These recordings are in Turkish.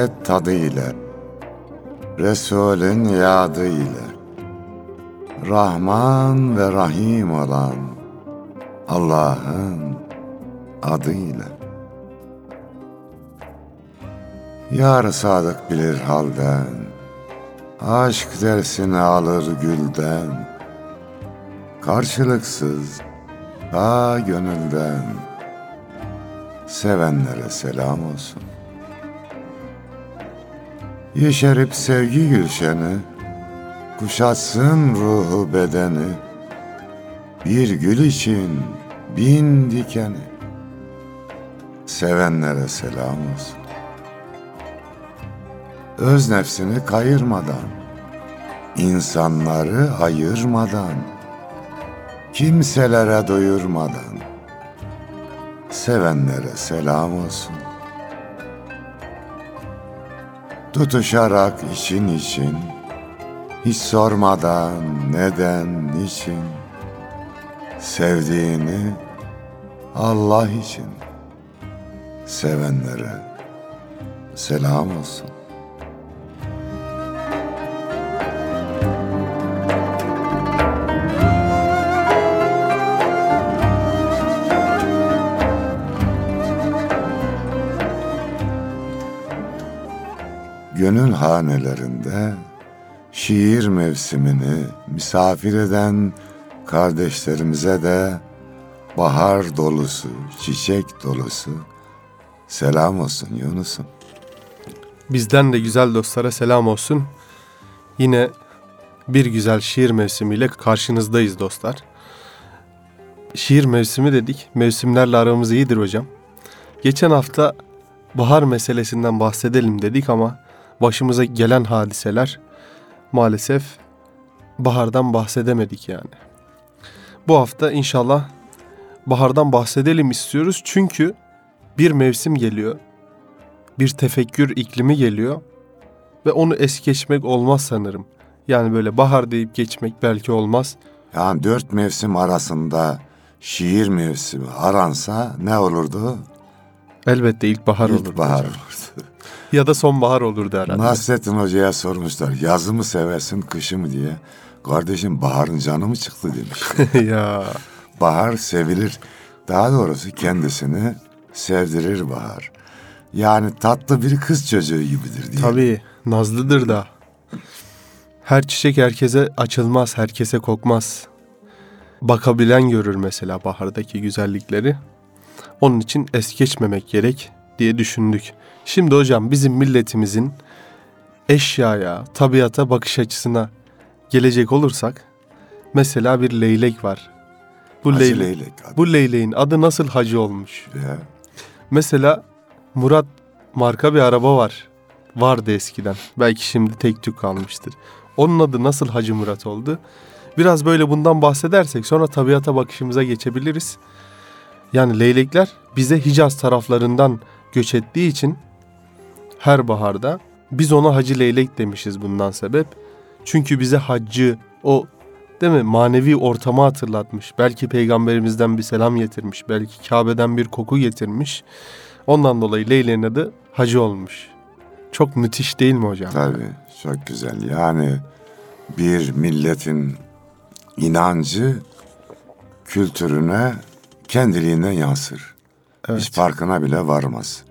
ayet tadı ile, Resulün yadı ile, Rahman ve Rahim olan Allah'ın adıyla. Yar sadık bilir halden, aşk dersini alır gülden, karşılıksız ta gönülden, sevenlere selam olsun. Yeşerip sevgi gülşeni, kuşatsın ruhu bedeni, bir gül için bin dikeni, sevenlere selam olsun. Öz nefsini kayırmadan, insanları ayırmadan, kimselere doyurmadan, sevenlere selam olsun. Tutuşarak için, hiç sormadan neden, niçin, sevdiğini Allah için, sevenlere selam olsun. Gönül hanelerinde şiir mevsimini misafir eden kardeşlerimize de bahar dolusu, çiçek dolusu selam olsun Yunus'um. Bizden de güzel dostlara selam olsun. Yine bir güzel şiir mevsimiyle karşınızdayız dostlar. Şiir mevsimi dedik. Mevsimlerle aramız iyidir hocam. Geçen hafta bahar meselesinden bahsedelim dedik ama başımıza gelen hadiseler maalesef bahardan bahsedemedik yani. Bu hafta inşallah bahardan bahsedelim istiyoruz. Çünkü bir mevsim geliyor. Bir tefekkür iklimi geliyor. Ve onu es geçmek olmaz sanırım. Yani böyle bahar deyip geçmek belki olmaz. Yani 4 mevsim arasında şiir mevsimi aransa ne olurdu? Elbette ilkbahar olurdu. İlkbahar hocam. olurdu. Ya da sonbahar olurdu herhalde. Nasrettin Hoca'ya sormuşlar, yazı mı seversin kışı mı diye. Kardeşim baharın canı mı çıktı demiş. Ya. Bahar sevilir. Daha doğrusu kendisini sevdirir bahar. Yani tatlı bir kız çocuğu gibidir diye. Tabii nazlıdır da. Her çiçek herkese açılmaz, herkese kokmaz. Bakabilen görür mesela bahardaki güzellikleri. Onun için es geçmemek gerek diye düşündük. Şimdi hocam bizim milletimizin eşyaya, tabiata bakış açısına gelecek olursak mesela bir leylek var. Hacı leylek. Bu leyleğin adı nasıl hacı olmuş? Ya. Mesela Murat marka bir araba var. Vardı eskiden. Belki şimdi tek tük kalmıştır. Onun adı nasıl Hacı Murat oldu? Biraz böyle bundan bahsedersek sonra tabiata bakışımıza geçebiliriz. Yani leylekler bize Hicaz taraflarından göç ettiği için her baharda biz ona Hacı Leylek demişiz bundan sebep. Çünkü bize haccı, o değil mi, manevi ortamı hatırlatmış. Belki peygamberimizden bir selam getirmiş. Belki Kabe'den bir koku getirmiş. Ondan dolayı leyleğin adı Hacı olmuş. Çok müthiş değil mi hocam? Tabii çok güzel. Yani bir milletin inancı kültürüne kendiliğinden yansır. Evet. Hiç farkına bile varmaz.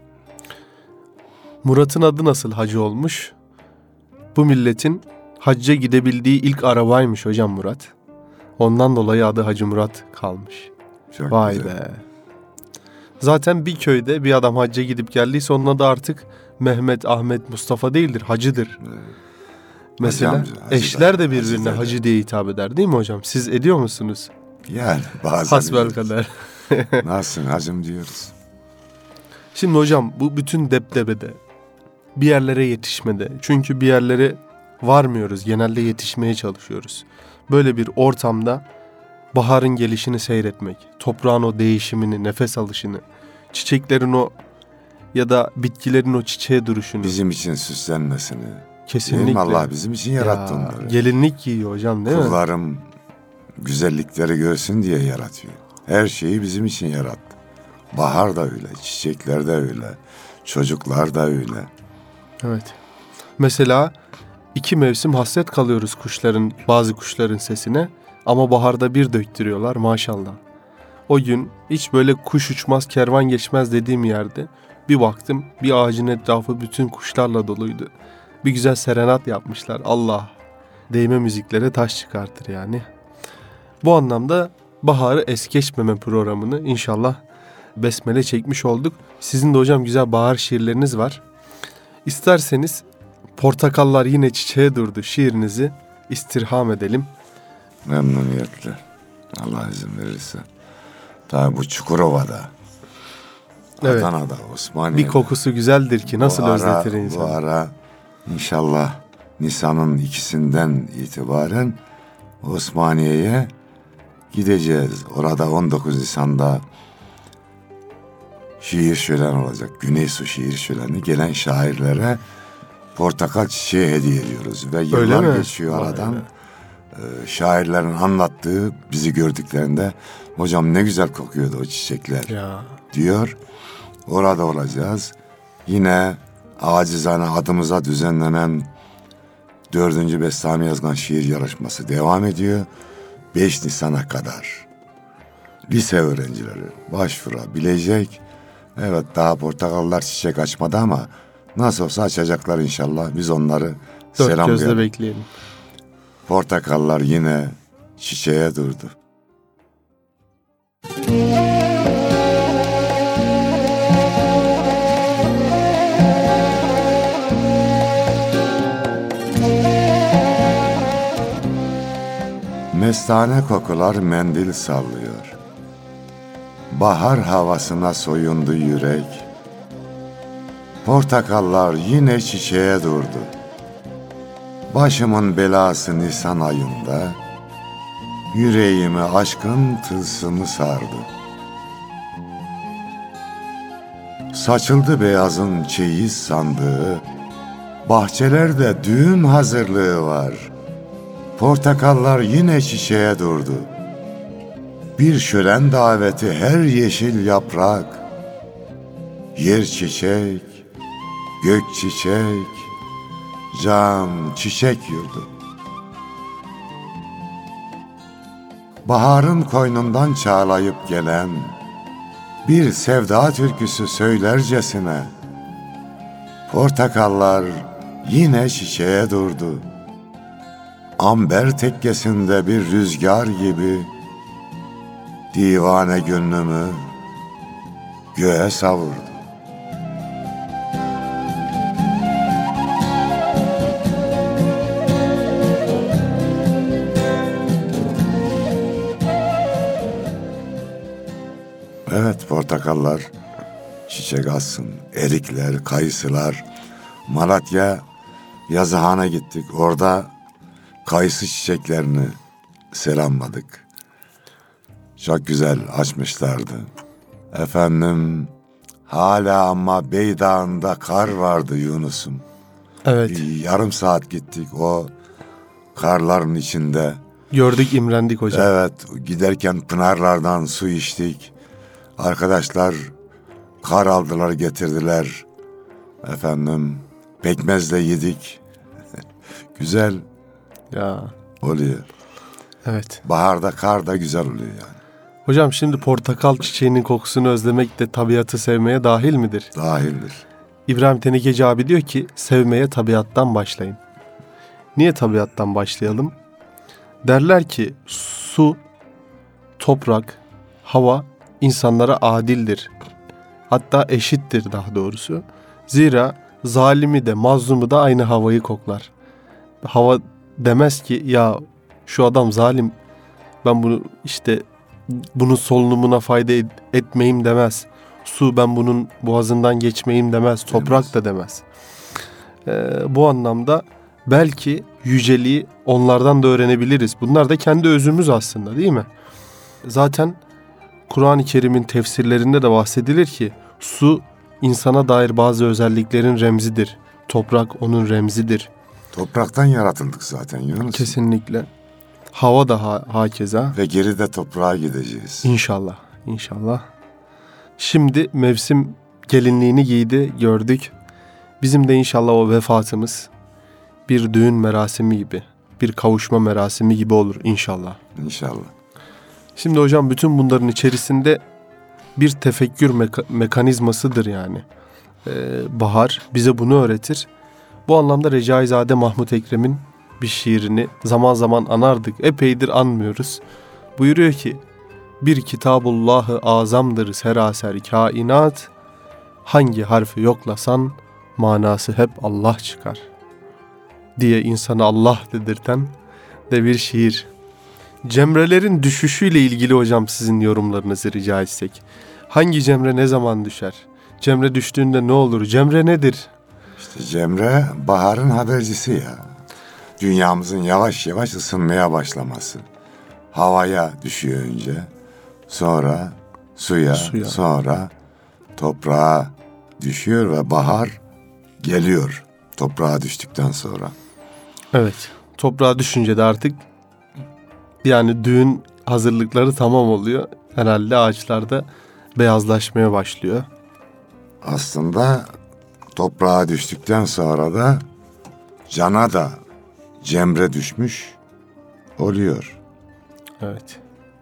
Murat'ın adı nasıl Hacı olmuş? Bu milletin hacca gidebildiği ilk arabaymış hocam Murat. Ondan dolayı adı Hacı Murat kalmış. Çok Vay güzel. be. Zaten bir köyde bir adam hacca gidip geldiyse onun adı artık Mehmet, Ahmet, Mustafa değildir, hacıdır. Evet. Mesela Hacı amca, eşler de hacı birbirine dede. hacı diye hitap eder değil mi hocam? Siz ediyor musunuz? Yani bazen Hasbelkader. nasılsın hacım diyoruz. Şimdi hocam bu bütün depdebede, bir yerlere yetişmede, çünkü bir yerlere varmıyoruz, genelde yetişmeye çalışıyoruz. Böyle bir ortamda baharın gelişini seyretmek, toprağın o değişimini, nefes alışını, çiçeklerin o ya da bitkilerin o çiçeğe duruşunu. Bizim için süslenmesini. Kesinlikle. Değil mi? Allah bizim için yarattı onları. Gelinlik giyiyor hocam değil mi? Kullarım güzellikleri görsün diye yaratıyor. Her şeyi bizim için yarattı. Bahar da öyle, çiçekler de öyle, çocuklar da öyle. Evet. Mesela 2 mevsim hasret kalıyoruz bazı kuşların sesine ama baharda bir döktürüyorlar maşallah. O gün hiç böyle kuş uçmaz kervan geçmez dediğim yerde bir baktım bir ağacın etrafı bütün kuşlarla doluydu. Bir güzel serenat yapmışlar. Allah, değme müziklere taş çıkartır yani. Bu anlamda baharı es geçmeme programını inşallah besmele çekmiş olduk. Sizin de hocam güzel bahar şiirleriniz var. İsterseniz portakallar yine çiçeğe durdu şiirinizi istirham edelim. Memnuniyetle. Allah izin verirse. Tabi bu Çukurova'da, Evet. Adana'da, Osmaniye'de. Bir kokusu güzeldir ki nasıl özletir Bu insanı. ara inşallah Nisan'ın 2'sinden itibaren Osmaniye'ye gideceğiz. Orada 19 Nisan'da şiir şöleni olacak. Güneysu şiir şöleni. Gelen şairlere portakal çiçeği hediye ediyoruz. Ve yıllar geçiyor aradan. Şairlerin anlattığı, bizi gördüklerinde hocam ne güzel kokuyordu o çiçekler Ya. diyor. Orada olacağız. Yine acizane adımıza düzenlenen 4. Bestami Yazgan şiir yarışması devam ediyor. 5 Nisan'a kadar lise öğrencileri başvurabilecek. Evet, daha portakallar çiçek açmadı ama nasıl olsa açacaklar inşallah. Biz onları Dört gözle selamlayalım. bekleyelim. Portakallar yine çiçeğe durdu. Mestane kokular mendil sallıyor. Bahar havasına soyundu yürek. Portakallar yine çiçeğe durdu. Başımın belası Nisan ayında, yüreğimi aşkın tılsımı sardı. Saçıldı beyazın çeyiz sandığı, bahçelerde düğün hazırlığı var. Portakallar yine çiçeğe durdu. Bir şölen daveti her yeşil yaprak. Yer çiçek, gök çiçek, can çiçek yurdu. Baharın koynundan çağlayıp gelen bir sevda türküsü söylercesine portakallar yine çiçeğe durdu. Amber tekkesinde bir rüzgar gibi divane gönlümü göğe savurdu. Evet, portakallar çiçek açsın, erikler, kayısılar. Malatya Yazıhan'a gittik. Orada kayısı çiçeklerini selamladık. Çok güzel açmışlardı. Efendim, hala ama Beydağ'ında kar vardı Yunus'um. Evet. Bir yarım saat gittik o karların içinde. Gördük, imrendik hocam. Evet, giderken pınarlardan su içtik. Arkadaşlar kar aldılar getirdiler. Efendim, pekmezle yedik. Güzel Ya. oluyor. Evet. Baharda kar da güzel oluyor yani. Hocam şimdi portakal çiçeğinin kokusunu özlemek de tabiatı sevmeye dahil midir? Dahildir. İbrahim Tenekeci abi diyor ki sevmeye tabiattan başlayın. Niye tabiattan başlayalım? Derler ki su, toprak, hava insanlara adildir. Hatta eşittir daha doğrusu. Zira zalimi de mazlumu da aynı havayı koklar. Hava demez ki ya şu adam zalim, ben bunu işte bunun solunumuna fayda etmeyeyim demez. Su ben bunun boğazından geçmeyeyim demez. Toprak da demez. Bu anlamda belki yüceliği onlardan da öğrenebiliriz. Bunlar da kendi özümüz aslında, değil mi? Zaten Kur'an-ı Kerim'in tefsirlerinde de bahsedilir ki su insana dair bazı özelliklerin remzidir. Toprak onun remzidir. Topraktan yaratıldık zaten Yunus. Kesinlikle. Hava da hakeza. Ve geri de toprağa gideceğiz. İnşallah, inşallah. Şimdi mevsim gelinliğini giydi, gördük. Bizim de inşallah o vefatımız bir düğün merasimi gibi, bir kavuşma merasimi gibi olur inşallah. İnşallah. Şimdi hocam bütün bunların içerisinde bir tefekkür mekanizmasıdır yani. Bahar bize bunu öğretir. Bu anlamda Recaizade Mahmut Ekrem'in bir şiirini zaman zaman anardık. Epeydir anmıyoruz. Buyuruyor ki, bir Kitabullahı azamdır seraser kainat, hangi harfi yoklasan manası hep Allah çıkar diye insana Allah dedirten de bir şiir. Cemrelerin düşüşüyle ilgili hocam sizin yorumlarınızı rica etsek. Hangi cemre ne zaman düşer? Cemre düştüğünde ne olur? Cemre nedir? İşte Cemre baharın habercisi ya. Dünyamızın yavaş yavaş ısınmaya başlaması. Havaya düşüyor önce. Sonra suya, sonra toprağa düşüyor ve bahar geliyor toprağa düştükten sonra. Evet, toprağa düşünce de artık yani düğün hazırlıkları tamam oluyor. Herhalde ağaçlarda beyazlaşmaya başlıyor. Aslında toprağa düştükten sonra da cana da cemre düşmüş oluyor. Evet.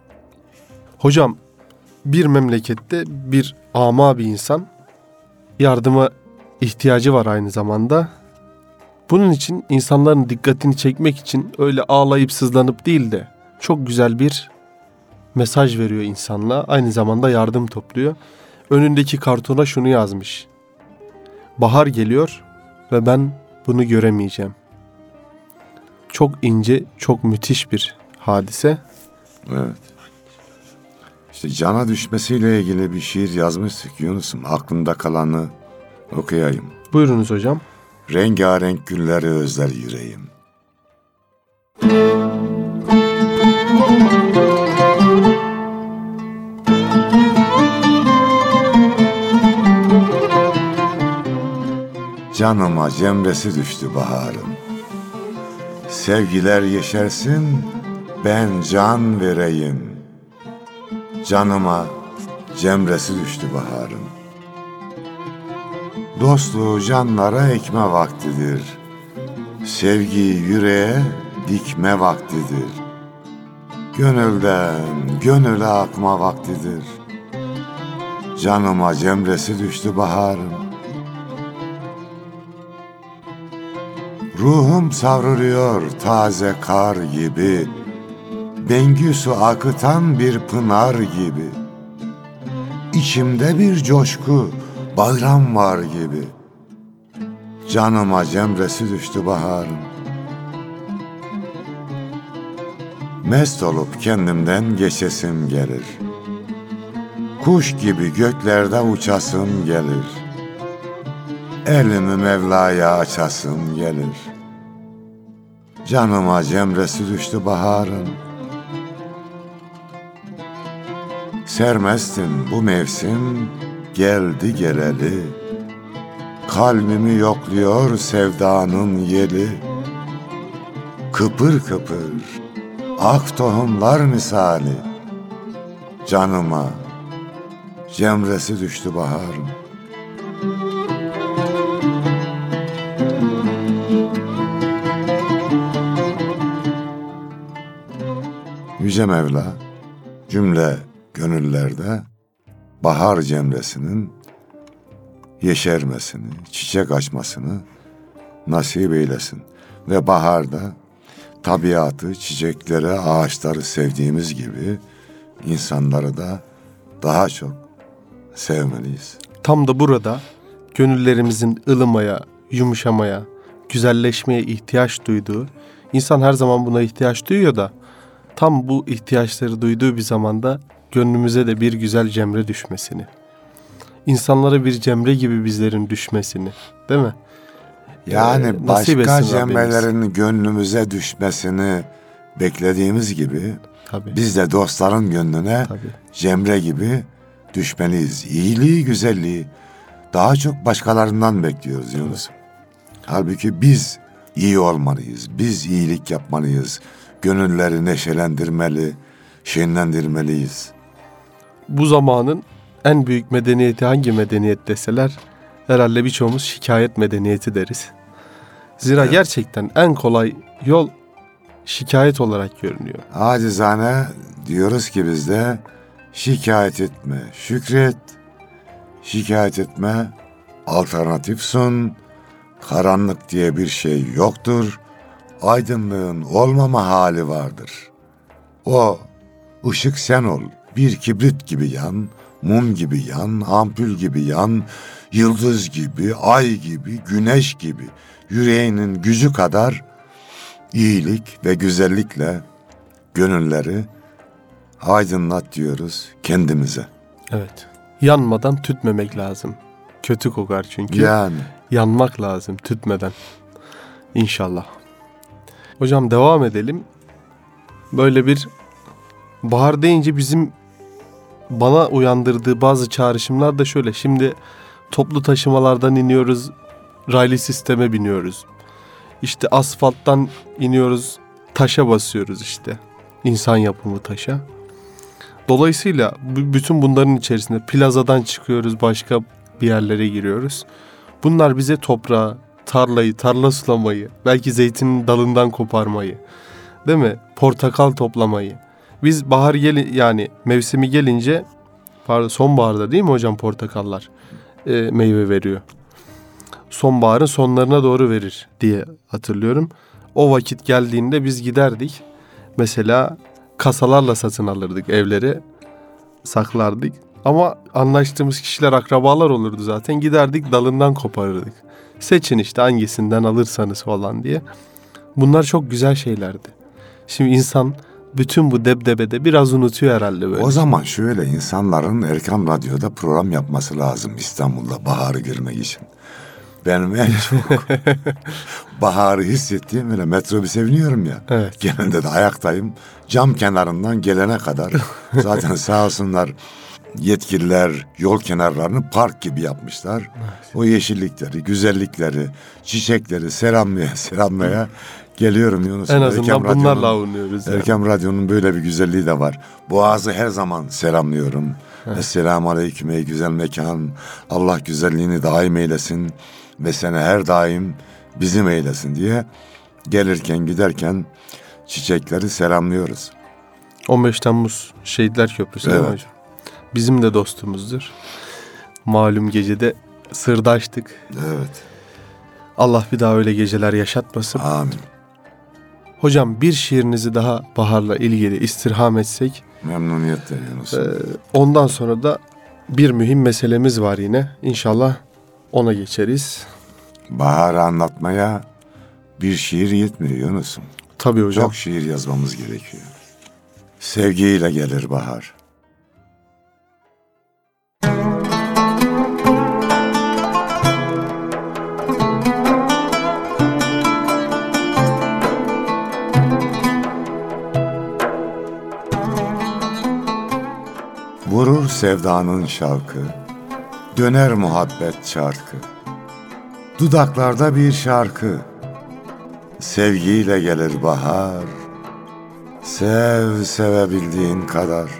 Hocam, bir memlekette bir ama bir insan yardıma ihtiyacı var aynı zamanda. Bunun için insanların dikkatini çekmek için öyle ağlayıp sızlanıp değil de çok güzel bir mesaj veriyor insanlığa. Aynı zamanda yardım topluyor. Önündeki kartona şunu yazmış: bahar geliyor ve ben bunu göremeyeceğim. Çok ince, çok müthiş bir hadise. Evet. İşte cana düşmesiyle ilgili bir şiir yazmıştık Yunus'um. Aklımda kalanı okuyayım. Buyurunuz hocam. Rengarenk gülleri özler yüreğim. Canıma cemresi düştü baharın. Sevgiler yeşersin, ben can vereyim. Canıma cemresi düştü baharın. Dostluğu canlara ekme vaktidir. Sevgiyi yüreğe dikme vaktidir. Gönülden gönüle akma vaktidir. Canıma cemresi düştü baharın. Ruhum savruluyor taze kar gibi, bengü su akıtan bir pınar gibi. İçimde bir coşku, bayram var gibi. Canıma cemresi düştü baharın. Mest olup kendimden geçesim gelir. Kuş gibi göklerde uçasım gelir. Elimi Mevla'ya açasım gelir. Canıma cemresi düştü baharın. Sermestin bu mevsim geldi geleli. Kalbimi yokluyor sevdanın yeli. Kıpır kıpır ak tohumlar misali. Canıma cemresi düştü baharın. Yüce Mevla cümle gönüllerde bahar cemresinin yeşermesini, çiçek açmasını nasip eylesin. Ve baharda tabiatı, çiçekleri, ağaçları sevdiğimiz gibi insanları da daha çok sevmeliyiz. Tam da burada gönüllerimizin ılımaya, yumuşamaya, güzelleşmeye ihtiyaç duyduğu, insan her zaman buna ihtiyaç duyuyor da tam bu ihtiyaçları duyduğu bir zamanda gönlümüze de bir güzel cemre düşmesini, insanlara bir cemre gibi bizlerin düşmesini, değil mi? Yani Nasip başka etsin cemrelerin gönlümüze düşmesini beklediğimiz gibi Tabii. biz de dostların gönlüne Tabii. cemre gibi düşmeliyiz. İyiliği, güzelliği daha çok başkalarından bekliyoruz Yunus. Halbuki biz iyi olmalıyız. Biz iyilik yapmalıyız. Gönülleri neşelendirmeli, şenlendirmeliyiz. Bu zamanın en büyük medeniyeti hangi medeniyet deseler herhalde birçoğumuz şikayet medeniyeti deriz. Zira gerçekten en kolay yol şikayet olarak görünüyor. Acizane diyoruz ki biz de şikayet etme, şükret, şikayet etme, alternatif sun, karanlık diye bir şey yoktur, aydınlığın olmama hali vardır. O ışık sen ol, bir kibrit gibi yan, mum gibi yan, ampul gibi yan, yıldız gibi, ay gibi, güneş gibi, yüreğinin gücü kadar iyilik ve güzellikle gönülleri aydınlat diyoruz kendimize. Evet. Yanmadan tütmemek lazım. Kötü kokar çünkü. Yani Yanmak lazım tütmeden. İnşallah. Hocam devam edelim. Böyle bir bahar deyince bana uyandırdığı bazı çağrışımlar da şöyle. Şimdi toplu taşımalardan iniyoruz, raylı sisteme biniyoruz. İşte asfalttan iniyoruz, taşa basıyoruz işte. İnsan yapımı taşa. Dolayısıyla bütün bunların içerisinde plazadan çıkıyoruz, başka bir yerlere giriyoruz. Bunlar bize toprağı, tarlayı, tarla sulamayı, belki zeytinin dalından koparmayı, değil mi? Portakal toplamayı. Biz yani mevsimi gelince, sonbaharda değil mi hocam portakallar meyve veriyor. Sonbaharın sonlarına doğru verir diye hatırlıyorum. O vakit geldiğinde biz giderdik. Mesela kasalarla satın alırdık evleri, saklardık. Ama anlaştığımız kişiler akrabalar olurdu zaten. Giderdik dalından koparırdık. Seçin işte hangisinden alırsanız falan diye. Bunlar çok güzel şeylerdi. Şimdi insan bütün bu debdebede biraz unutuyor herhalde böyle. o zaman şöyle, insanların Erkam Radyo'da program yapması lazım İstanbul'da baharı görmek için. Benim en çok baharı hissettiğim öyle metrobüse biniyorum ya. Evet. Genelde de ayaktayım. Cam kenarından gelene kadar zaten sağ olsunlar yetkililer yol kenarlarını park gibi yapmışlar. Evet. O yeşillikleri, güzellikleri, çiçekleri selamlaya geliyorum Yunus. En azından bunlarla avunuyoruz. Erkam Radyo'nun böyle bir güzelliği de var. Boğaz'ı her zaman selamlıyorum. Evet. Esselamu Aleyküm ey güzel mekan. Allah güzelliğini daim eylesin ve seni her daim bizim eylesin diye gelirken giderken çiçekleri selamlıyoruz. 15 Temmuz Şehitler Köprüsü değil mi hocam? Bizim de dostumuzdur. Malum gecede sırdaştık. Evet. Allah bir daha öyle geceler yaşatmasın. Amin. Hocam bir şiirinizi daha baharla ilgili istirham etsek. Memnuniyetle Yunus. Ondan sonra da bir mühim meselemiz var yine. İnşallah ona geçeriz. Baharı anlatmaya bir şiir yetmiyor Yunus'um. Tabii hocam. Çok şiir yazmamız gerekiyor. Sevgiyle gelir bahar. Vurur sevdanın şarkı, döner muhabbet çarkı. Dudaklarda bir şarkı, sevgiyle gelir bahar. Sev sevebildiğin kadar.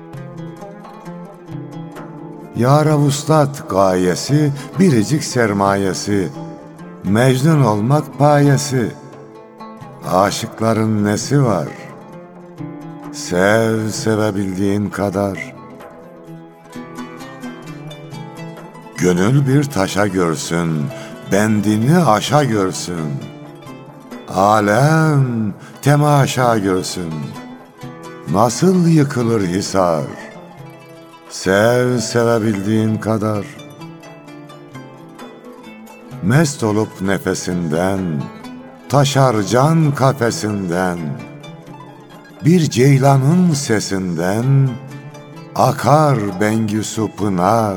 Yâre vuslat gayesi, biricik sermayesi. Mecnun olmak payesi. Aşıkların nesi var? Sev sevebildiğin kadar. Gönül bir taşa görsün, bendini aşa görsün. Alem temaşa görsün. Nasıl yıkılır hisar? Sev sevebildiğin kadar. Mest olup nefesinden, taşar can kafesinden. Bir ceylanın sesinden, akar Bengüsü pınar.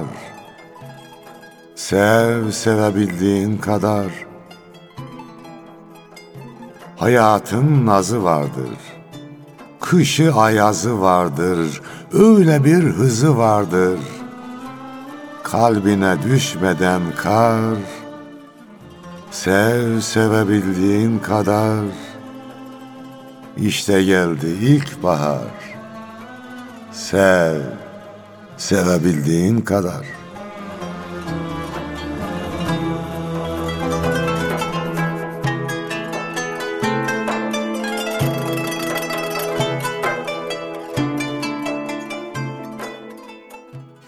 Sev sevebildiğin kadar. Hayatın nazı vardır, kışı ayazı vardır, öyle bir hızı vardır. Kalbine düşmeden kar, sev sevebildiğin kadar. İşte geldi ilkbahar, sev sevebildiğin kadar.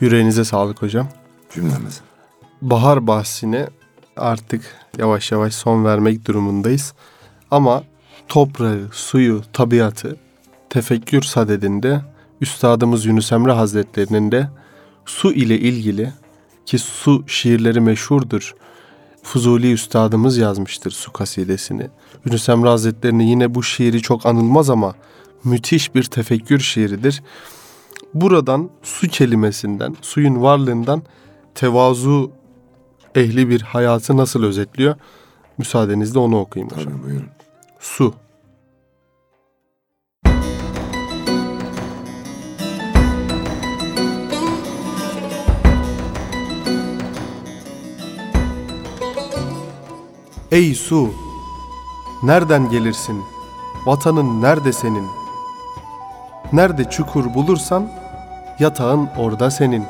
Yüreğinize sağlık hocam. Cümlemiz. Bahar bahsine artık yavaş yavaş son vermek durumundayız. Ama toprağı, suyu, tabiatı tefekkür sadedinde Üstadımız Yunus Emre Hazretleri'nin de su ile ilgili, ki su şiirleri meşhurdur. Fuzuli Üstadımız yazmıştır su kasidesini. Yunus Emre Hazretleri'nin yine bu şiiri çok anılmaz ama müthiş bir tefekkür şiiridir. Buradan su kelimesinden, suyun varlığından tevazu ehli bir hayatı nasıl özetliyor? Müsaadenizle onu okuyayım hocam. Tabii, buyurun. Su. Ey su! Nereden gelirsin? Vatanın nerede senin? Nerede çukur bulursan yatağın orada senin.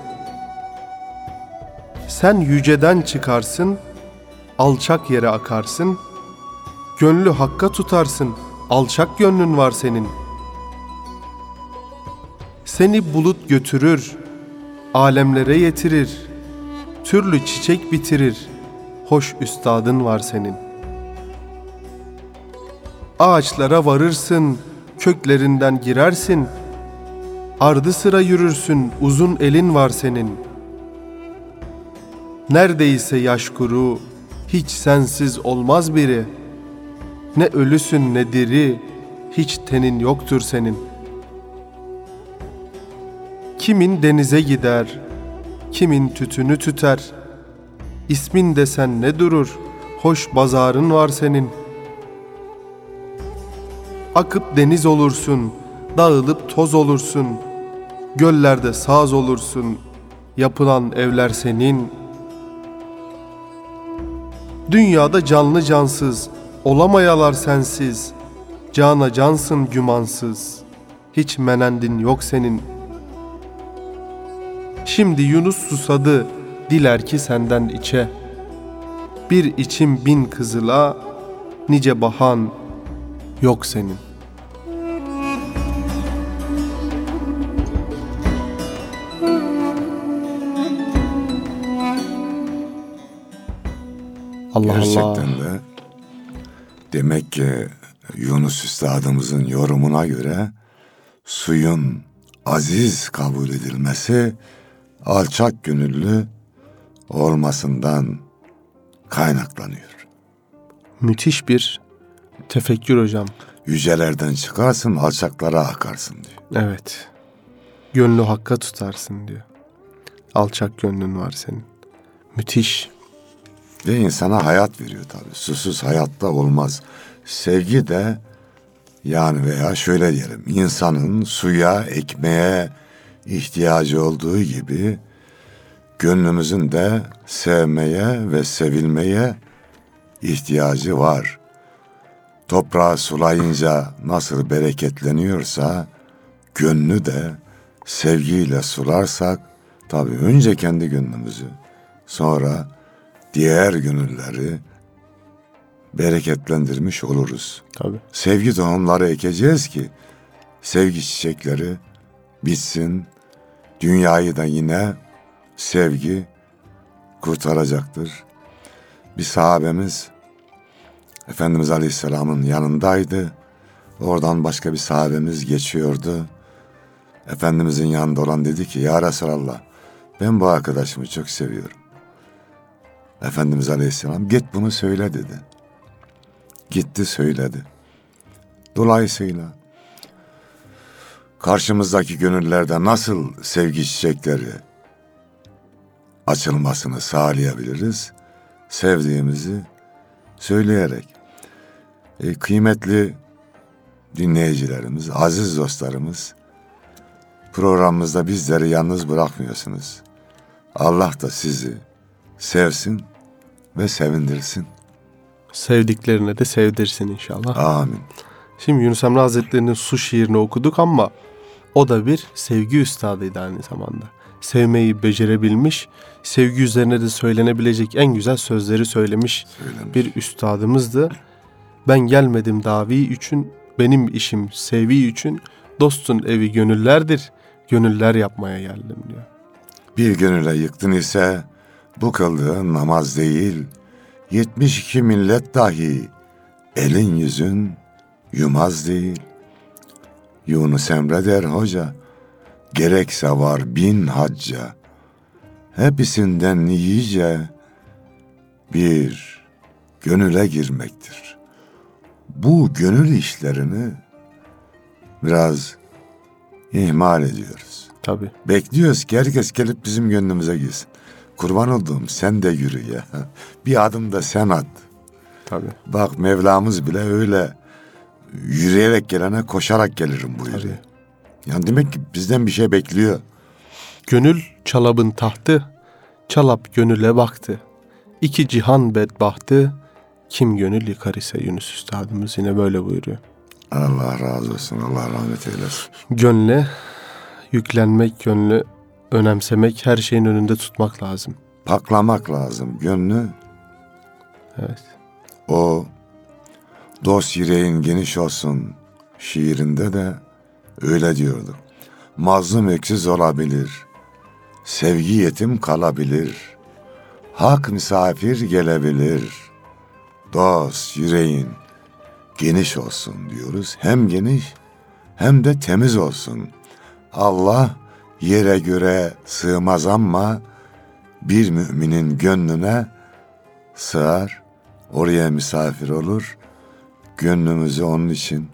Sen yüceden çıkarsın, alçak yere akarsın. Gönlü hakka tutarsın, alçak gönlün var senin. Seni bulut götürür, alemlere yetirir. Türlü çiçek bitirir, hoş üstadın var senin. Ağaçlara varırsın, köklerinden girersin. Ardı sıra yürürsün, uzun elin var senin. Neredeyse yaş kuru, hiç sensiz olmaz biri. Ne ölüsün ne diri, hiç tenin yoktur senin. Kimin denize gider, kimin tütünü tüter. İsmin desen ne durur, hoş bazarın var senin. Akıp deniz olursun, dağılıp toz olursun. Göllerde saz olursun, yapılan evler senin. Dünyada canlı cansız, olamayalar sensiz. Cana cansın gümansız, hiç menendin yok senin. Şimdi Yunus susadı, diler ki senden içe. Bir içim bin kızıla, nice bahan yok senin. Allah Gerçekten Allah. de demek ki Yunus Üstadımızın yorumuna göre suyun aziz kabul edilmesi alçak gönüllü olmasından kaynaklanıyor. Müthiş bir tefekkür hocam. Yücelerden çıkarsın, alçaklara akarsın diyor. Evet. Gönlü hakka tutarsın diyor. Alçak gönlün var senin. Müthiş. Ve insana hayat veriyor tabii. Susuz hayatta olmaz. Sevgi de yani veya şöyle diyelim, insanın suya, ekmeğe ihtiyacı olduğu gibi gönlümüzün de sevmeye ve sevilmeye ihtiyacı var. Toprağı sulayınca nasıl bereketleniyorsa gönlü de sevgiyle sularsak tabii önce kendi gönlümüzü, sonra diğer gönülleri bereketlendirmiş oluruz. Tabii. Sevgi tohumları ekeceğiz ki sevgi çiçekleri bitsin, dünyayı da yine sevgi kurtaracaktır. Bir sahabemiz Efendimiz Aleyhisselam'ın yanındaydı. Oradan başka bir sahabemiz geçiyordu. Efendimizin yanında olan dedi ki, ya Resulallah, ben bu arkadaşımı çok seviyorum. Efendimiz Aleyhisselam, git bunu söyle dedi. Gitti söyledi. Dolayısıyla karşımızdaki gönüllerde nasıl sevgi çiçekleri açılmasını sağlayabiliriz? Sevdiğimizi söyleyerek. Kıymetli dinleyicilerimiz, aziz dostlarımız, programımızda bizleri yalnız bırakmıyorsunuz. Allah da sizi sevsin ve sevindirsin. Sevdiklerine de sevdirsin inşallah. Amin. Şimdi Yunus Emre Hazretleri'nin su şiirini okuduk ama o da bir sevgi üstadıydı aynı zamanda. Sevmeyi becerebilmiş, sevgi üzerine de söylenebilecek en güzel sözleri söylemiş bir üstadımızdı. Ben gelmedim davi için, benim işim sevi için, dostun evi gönüllerdir, gönüller yapmaya geldim diyor. Bir gönüle yıktın ise bu kıldığın namaz değil, 72 millet dahi elin yüzün yumaz değil. Yunus Emre der hoca, gerekse var 1000 hacca, hepsinden iyice bir gönüle girmektir. Bu gönül işlerini biraz ihmal ediyoruz. Tabii. Bekliyoruz ki herkes gelip bizim gönlümüze girsin. Kurban olduğum sen de yürü ya. Bir adım da sen at. Tabii. Bak Mevlamız bile öyle yürüyerek gelene koşarak gelirim buyuruyor. Tabii. Yani demek ki bizden bir şey bekliyor. Gönül çalabın tahtı, çalap gönüle baktı. İki cihan bedbahtı, kim gönül yıkar ise Yunus Üstadımız yine böyle buyuruyor. Allah razı olsun, Allah rahmet eylesin. Gönle yüklenmek, gönlü önemsemek, her şeyin önünde tutmak lazım. Paklamak lazım gönlü. Evet. O dost yüreğin geniş olsun şiirinde de öyle diyordu. Mazlum eksiz olabilir, sevgi yetim kalabilir, hak misafir gelebilir, dost yüreğin geniş olsun diyoruz. Hem geniş hem de temiz olsun. Allah yere göre sığmaz ama bir müminin gönlüne sığar, oraya misafir olur. Gönlümüzü onun için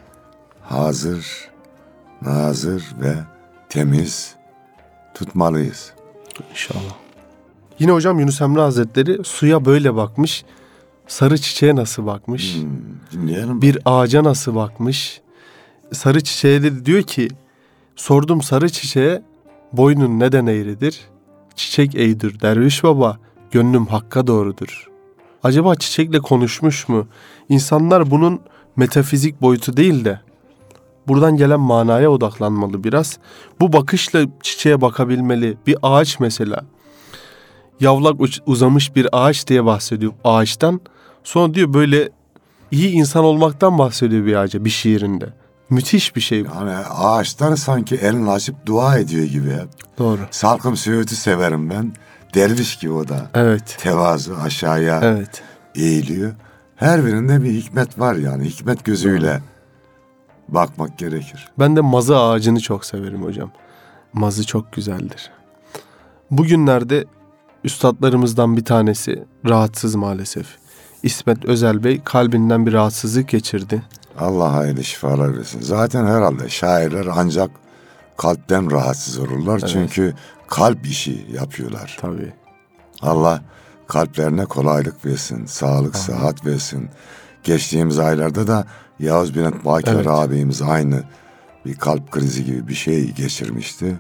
hazır, nazır ve temiz tutmalıyız. İnşallah. Yine hocam Yunus Emre Hazretleri suya böyle bakmış. Sarı çiçeğe nasıl bakmış? Dinleyelim. Bir ağaca nasıl bakmış? Sarı çiçeğe de diyor ki, sordum sarı çiçeğe, boynun neden eğridir? Çiçek eğdir derviş baba, gönlüm hakka doğrudur. Acaba çiçekle konuşmuş mu? İnsanlar bunun metafizik boyutu değil de buradan gelen manaya odaklanmalı biraz. Bu bakışla çiçeğe bakabilmeli. Bir ağaç mesela, yavlak uzamış bir ağaç diye bahsediyor ağaçtan. Sonra diyor böyle iyi insan olmaktan bahsediyor bir ağaca, bir şiirinde. Müthiş bir şey bu. Yani ağaçlar sanki elini açıp dua ediyor gibi. Doğru. Salkım Söğüt'ü severim ben. Derviş gibi o da. Evet. Tevazu aşağıya Evet. eğiliyor. Her birinde bir hikmet var yani. Hikmet gözüyle bakmak gerekir. Ben de mazı ağacını çok severim hocam. Mazı çok güzeldir. Bugünlerde üstadlarımızdan bir tanesi rahatsız maalesef. İsmet Özel Bey kalbinden bir rahatsızlık geçirdi. Allah hayırlı şifalar versin. Zaten herhalde şairler ancak kalpten rahatsız olurlar. Evet. Çünkü kalp işi yapıyorlar. Tabii. Allah kalplerine kolaylık versin, sağlık, sıhhat versin. Geçtiğimiz aylarda da Yavuz Bülent Bakir Evet. abimiz aynı bir kalp krizi gibi bir şey geçirmişti.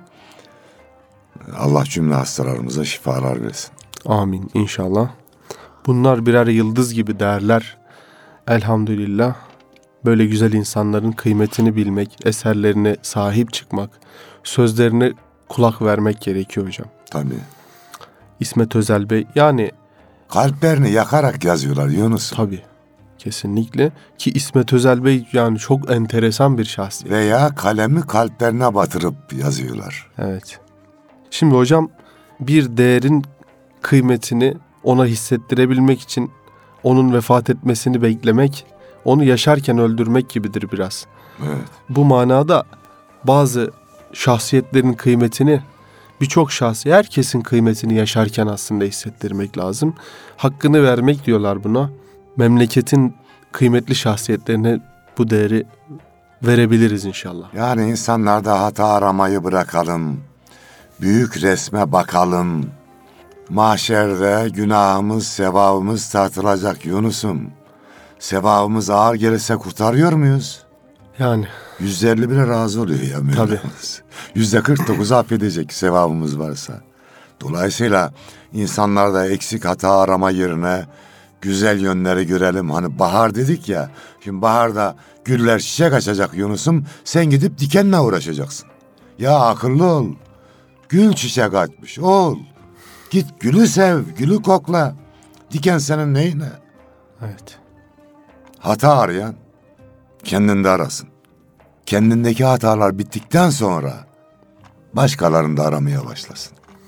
Allah cümle hastalarımıza şifalar versin. Amin inşallah. Bunlar birer yıldız gibi değerler. Elhamdülillah. Böyle güzel insanların kıymetini bilmek, eserlerine sahip çıkmak, sözlerine kulak vermek gerekiyor hocam. Tabii. İsmet Özel Bey yani Kalplerini yakarak yazıyorlar Yunus'um. tabii kesinlikle ki İsmet Özel Bey yani çok enteresan bir şahsiyet. Veya kalemi kalplerine batırıp yazıyorlar. Evet. Şimdi hocam bir değerin kıymetini ona hissettirebilmek için onun vefat etmesini beklemek, onu yaşarken öldürmek gibidir biraz. Evet. Bu manada bazı şahsiyetlerin kıymetini birçok herkesin kıymetini yaşarken aslında hissettirmek lazım. Hakkını vermek diyorlar buna. Memleketin kıymetli şahsiyetlerine bu değeri verebiliriz inşallah. Yani insanlarda hata aramayı bırakalım. Büyük resme bakalım. Mahşerde günahımız, sevabımız tartılacak Yunus'um. Sevabımız ağır gelirse kurtarıyor muyuz? Yani %50 bile razı oluyor ya Mevlamız. %49 affedecek sevabımız varsa. Dolayısıyla insanlarda eksik hata arama yerine güzel yönleri görelim. Hani bahar dedik ya. Şimdi baharda güller çiçek açacak Yunus'um. Sen gidip dikenle uğraşacaksın. Ya akıllı ol. Gül çiçek açmış ol. Git gülü sev, gülü kokla. Diken senin neyine? evet. Hata arayan kendinde arasın. Kendindeki hatalar bittikten sonra başkalarını da aramaya başlasın.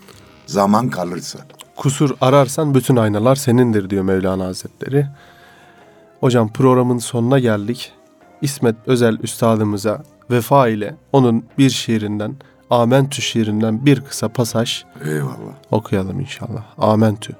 Zaman kalırsa. Kusur ararsan bütün aynalar senindir diyor Mevlana Hazretleri. Hocam programın sonuna geldik. İsmet Özel Üstadımıza vefa ile onun bir şiirinden, Amentü şiirinden bir kısa pasaj Eyvallah. okuyalım inşallah. Amentü.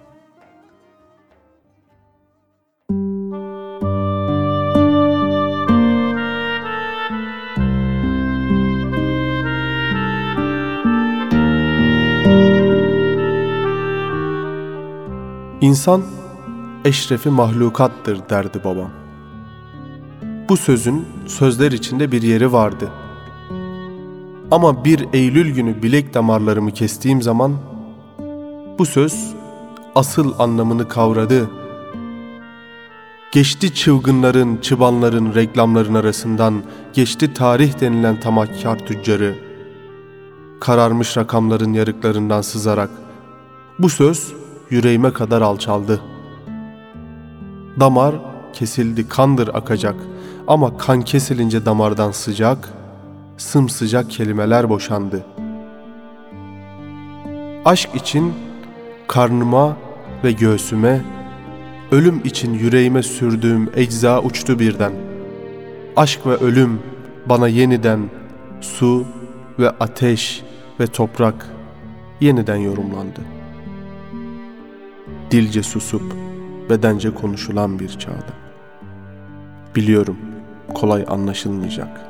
İnsan eşrefi mahlukattır derdi babam. Bu sözün sözler içinde bir yeri vardı. Ama bir Eylül günü bilek damarlarımı kestiğim zaman bu söz asıl anlamını kavradı. Geçti çılgınların, çıbanların, reklamların arasından, geçti tarih denilen tamahkar tüccarı, kararmış rakamların yarıklarından sızarak. Bu söz yüreğime kadar alçaldı. Damar kesildi, kandır akacak ama kan kesilince damardan sıcak, sımsıcak kelimeler boşandı. Aşk için karnıma ve göğsüme, ölüm için yüreğime sürdüğüm ecza uçtu birden. Aşk ve ölüm bana yeniden su ve ateş ve toprak yeniden yorumlandı. Dilce susup bedence konuşulan bir çağda. Biliyorum kolay anlaşılmayacak.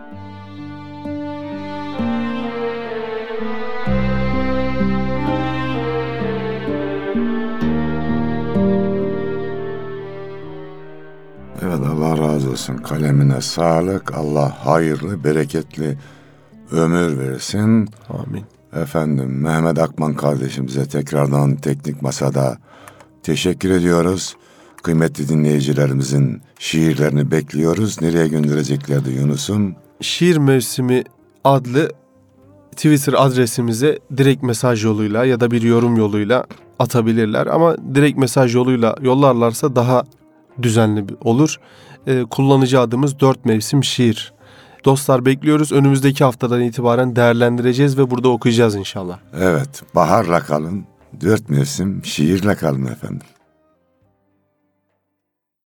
Evet, Allah razı olsun. Kalemine sağlık. Allah hayırlı, bereketli ömür versin. Amin. Efendim, Mehmet Akman kardeşimize tekrardan teknik masada teşekkür ediyoruz. Kıymetli dinleyicilerimizin şiirlerini bekliyoruz. Nereye göndereceklerdi Yunus'um? Şiir Mevsimi adlı Twitter adresimize direkt mesaj yoluyla ya da bir yorum yoluyla atabilirler. Ama direkt mesaj yoluyla yollarlarsa daha düzenli olur. Kullanıcı adımız 4 Mevsim Şiir. Dostlar bekliyoruz. Önümüzdeki haftadan itibaren değerlendireceğiz ve burada okuyacağız inşallah. Evet, baharla kalın, 4 mevsim şiirle kalın efendim.